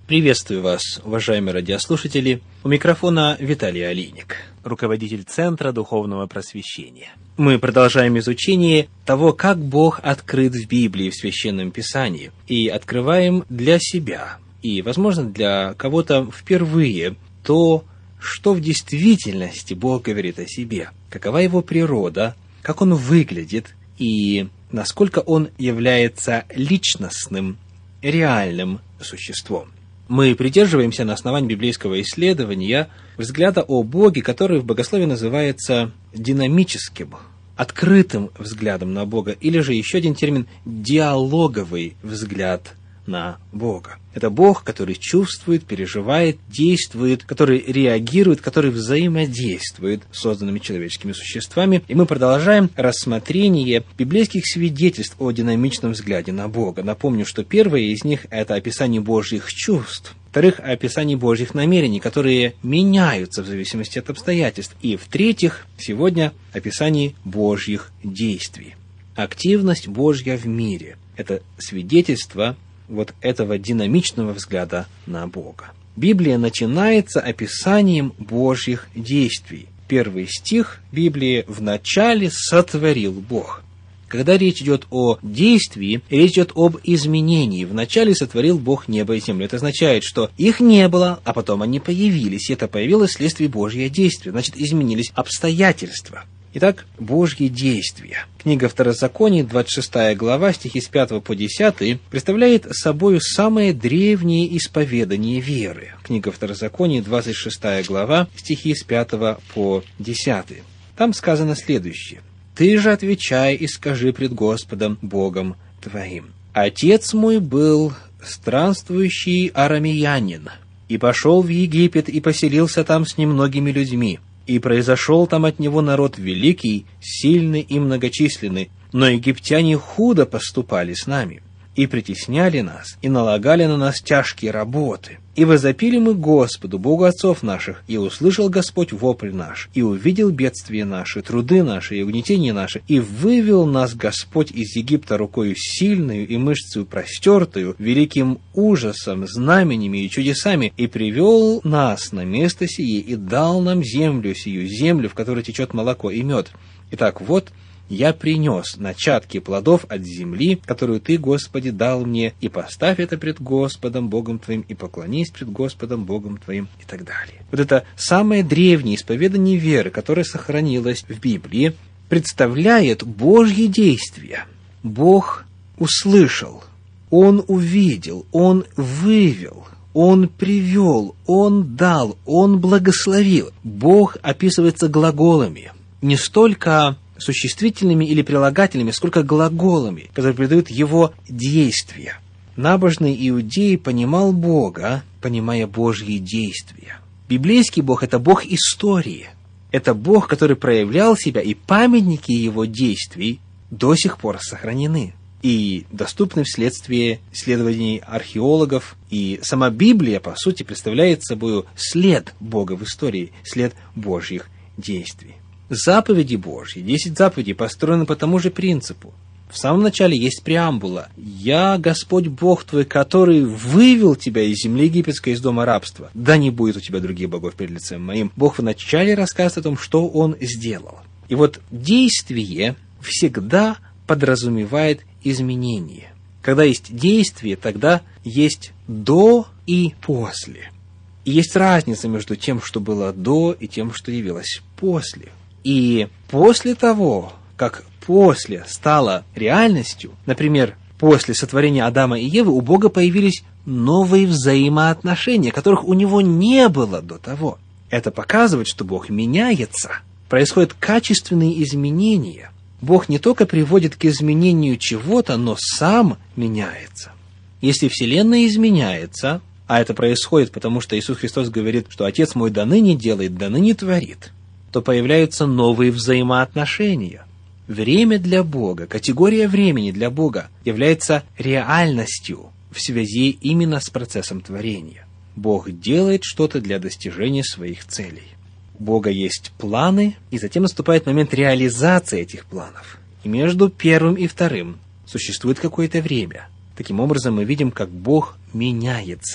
Приветствую вас, уважаемые радиослушатели. У микрофона Виталий Алиник, руководитель Центра Духовного Просвещения. Мы продолжаем изучение того, как Бог открыт в Библии, в Священном Писании, и открываем для себя, и, возможно, для кого-то впервые, то, что в действительности Бог говорит о себе, какова Его природа, как Он выглядит, и насколько Он является личностным, реальным существом. Мы придерживаемся на основании библейского исследования взгляда о Боге, который в богословии называется динамическим, открытым взглядом на Бога, или же еще один термин – диалоговый взгляд на Бога. Это Бог, который чувствует, переживает, действует, который реагирует, который взаимодействует с созданными человеческими существами. И мы продолжаем рассмотрение библейских свидетельств о динамичном взгляде на Бога. Напомню, что первое из них – это описание Божьих чувств. Во-вторых, описание Божьих намерений, которые меняются в зависимости от обстоятельств. И в-третьих, сегодня описание Божьих действий. Активность Божья в мире – это свидетельство вот этого динамичного взгляда на Бога. Библия начинается описанием Божьих действий. Первый стих Библии: «Вначале сотворил Бог». Когда речь идет о действии, речь идет об изменении. Вначале сотворил Бог небо и землю. Это означает, что их не было, а потом они появились. И это появилось вследствие Божьего действия. Значит, изменились обстоятельства. Итак, Божьи действия. Книга Второзакония, 26 глава, стихи с 5 по 10, представляет собой самое древнее исповедание веры. Книга Второзакония, 26 глава, стихи с 5 по 10. Там сказано следующее: «Ты же отвечай и скажи пред Господом Богом твоим: Отец мой был странствующий арамеянин, и пошел в Египет, и поселился там с немногими людьми. И произошел там от него народ великий, сильный и многочисленный, но египтяне худо поступали с нами, и притесняли нас, и налагали на нас тяжкие работы. И возопили мы Господу, Богу отцов наших, и услышал Господь вопль наш, и увидел бедствия наши, труды наши и угнетения наши, и вывел нас Господь из Египта рукою сильную и мышцею простертую, великим ужасом, знаменями и чудесами, и привел нас на место сие, и дал нам землю сию, землю, в которой течет молоко и мед. Итак, вот я принес начатки плодов от земли, которую Ты, Господи, дал мне, и поставь это пред Господом Богом Твоим, и поклонись пред Господом Богом Твоим», и так далее. Вот это самое древнее исповедание веры, которое сохранилось в Библии, представляет Божьи действия. Бог услышал, Он увидел, Он вывел, Он привел, Он дал, Он благословил. Бог описывается глаголами, не столько существительными или прилагательными, сколько глаголами, которые передают Его действия. Набожный иудей понимал Бога, понимая Божьи действия. Библейский Бог – это Бог истории. Это Бог, который проявлял себя, и памятники Его действий до сих пор сохранены и доступны вследствие исследований археологов. И сама Библия, по сути, представляет собой след Бога в истории, след Божьих действий. Заповеди Божьи, 10 заповедей, построены по тому же принципу. В самом начале есть преамбула: «Я Господь Бог твой, который вывел тебя из земли египетской, из дома рабства. Да не будет у тебя других богов перед лицем моим». Бог вначале рассказывает о том, что Он сделал. И вот действие всегда подразумевает изменение. Когда есть действие, тогда есть до и после. И есть разница между тем, что было до, и тем, что явилось после. И после того, как после стало реальностью, например, после сотворения Адама и Евы, у Бога появились новые взаимоотношения, которых у Него не было до того. Это показывает, что Бог меняется. Происходят качественные изменения. Бог не только приводит к изменению чего-то, но сам меняется. Если Вселенная изменяется, а это происходит, потому что Иисус Христос говорит, что Отец мой до ныне делает, до ныне творит, то появляются новые взаимоотношения. Время для Бога, категория времени для Бога является реальностью в связи именно с процессом творения. Бог делает что-то для достижения своих целей. У Бога есть планы, и затем наступает момент реализации этих планов. И между первым и вторым существует какое-то время. Таким образом, мы видим, как Бог меняется.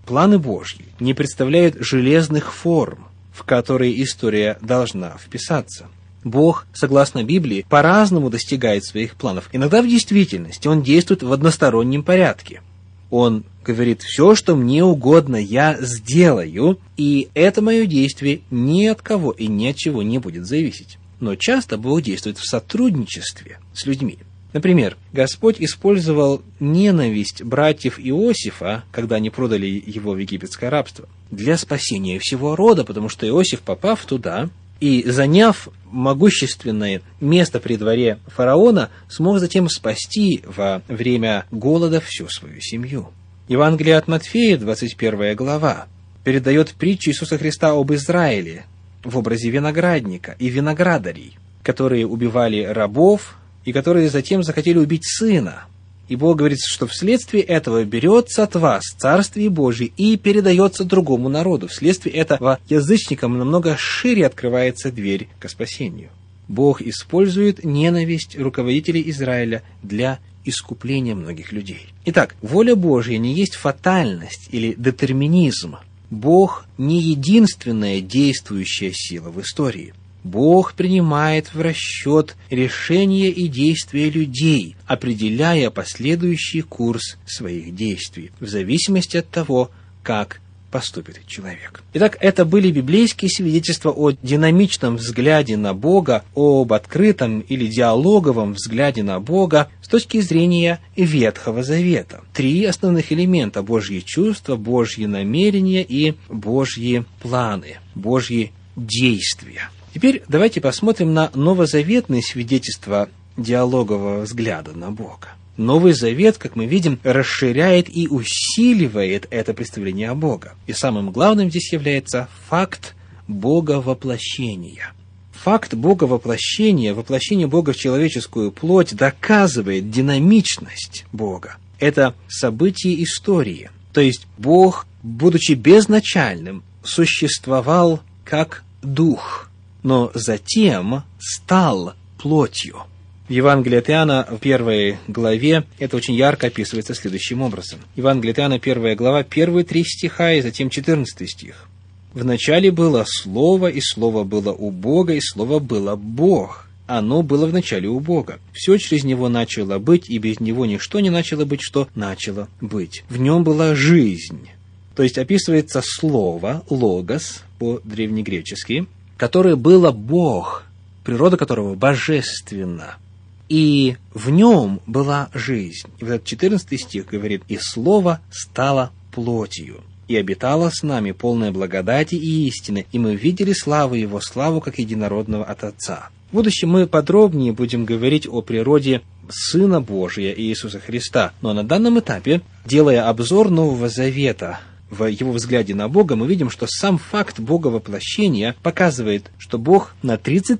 планы Божьи не представляют железных форм, в которые история должна вписаться. Бог, согласно Библии, по-разному достигает своих планов. Иногда в действительности Он действует в одностороннем порядке. Он говорит: «Все, что мне угодно, я сделаю, и это мое действие ни от кого и ни от чего не будет зависеть». Но часто Бог действует в сотрудничестве с людьми. Например, Господь использовал ненависть братьев Иосифа, когда они продали его в египетское рабство, для спасения всего рода, потому что Иосиф, попав туда и заняв могущественное место при дворе фараона, смог затем спасти во время голода всю свою семью. Евангелие от Матфея, 21 глава, передает притчу Иисуса Христа об Израиле в образе виноградника и виноградарей, которые убивали рабов и которые затем захотели убить сына. И Бог говорит, что вследствие этого берется от вас Царствие Божие и передается другому народу. Вследствие этого язычникам намного шире открывается дверь к спасению. Бог использует ненависть руководителей Израиля для искупления многих людей. Итак, воля Божья не есть фатальность или детерминизм. Бог не единственная действующая сила в истории. Бог принимает в расчет решения и действия людей, определяя последующий курс своих действий, в зависимости от того, как поступит человек. Итак, это были библейские свидетельства о динамичном взгляде на Бога, об открытом или диалоговом взгляде на Бога с точки зрения Ветхого Завета. 3 основных элемента: Божьи чувства, Божьи намерения и Божьи планы, Божьи действия. Теперь давайте посмотрим на новозаветные свидетельства диалогового взгляда на Бога. Новый Завет, как мы видим, расширяет и усиливает это представление о Боге. И самым главным здесь является факт Боговоплощения. Факт Боговоплощения, воплощение Бога в человеческую плоть, доказывает динамичность Бога. Это событие истории. То есть Бог, будучи безначальным, существовал как Дух, но затем стал плотью. В Евангелии от Иоанна, в 1 главе, это очень ярко описывается следующим образом. Евангелие от Иоанна, 1 глава, первые 3 стиха и затем 14 стих. «Вначале было Слово, и Слово было у Бога, и Слово было Бог. Оно было вначале у Бога. Все через Него начало быть, и без Него ничто не начало быть, что начало быть. В Нем была жизнь». То есть описывается Слово, логос, по-древнегречески, которое было Бог, природа которого божественна. И в нем была жизнь. И вот этот 14 стих говорит: «И Слово стало плотью, и обитало с нами, полное благодати и истины, и мы видели славу Его, славу как единородного от Отца». В будущем мы подробнее будем говорить о природе Сына Божия Иисуса Христа. Но на данном этапе, делая обзор Нового Завета, в его взгляде на Бога, мы видим, что сам факт Боговоплощения показывает, что Бог на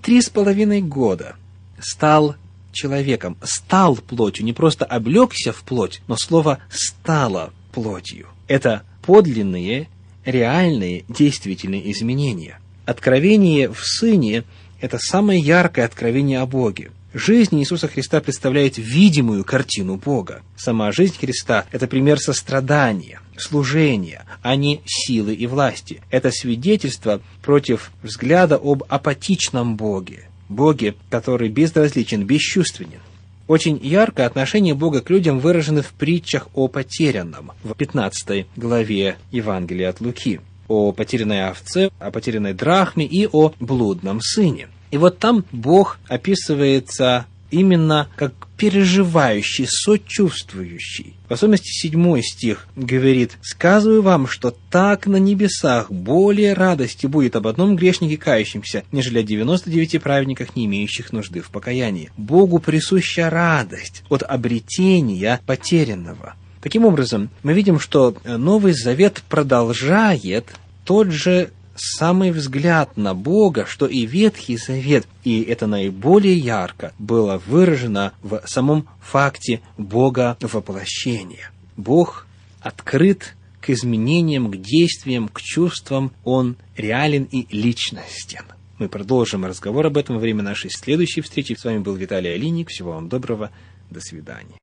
33,5 года стал человеком, стал плотью, не просто облегся в плоть, но слово «стало плотью». Это подлинные, реальные, действительные изменения. Откровение в Сыне – это самое яркое откровение о Боге. Жизнь Иисуса Христа представляет видимую картину Бога. Сама жизнь Христа – это пример сострадания, служения, а не силы и власти. Это свидетельство против взгляда об апатичном Боге. Боге, который безразличен, бесчувственен. Очень ярко отношение Бога к людям выражено в притчах о потерянном, в 15 главе Евангелия от Луки, о потерянной овце, о потерянной драхме и о блудном сыне. И вот там Бог описывается именно как переживающий, сочувствующий. В особенности 7 стих говорит: «Сказываю вам, что так на небесах более радости будет об одном грешнике кающемся, нежели о 99 праведниках, не имеющих нужды в покаянии». Богу присуща радость от обретения потерянного. Таким образом, мы видим, что Новый Завет продолжает тот же самый взгляд на Бога, что и Ветхий Завет, и это наиболее ярко было выражено в самом факте Бога воплощения. Бог открыт к изменениям, к действиям, к чувствам, Он реален и личностен. Мы продолжим разговор об этом во время нашей следующей встречи. С вами был Виталий Алиник. Всего вам доброго. До свидания.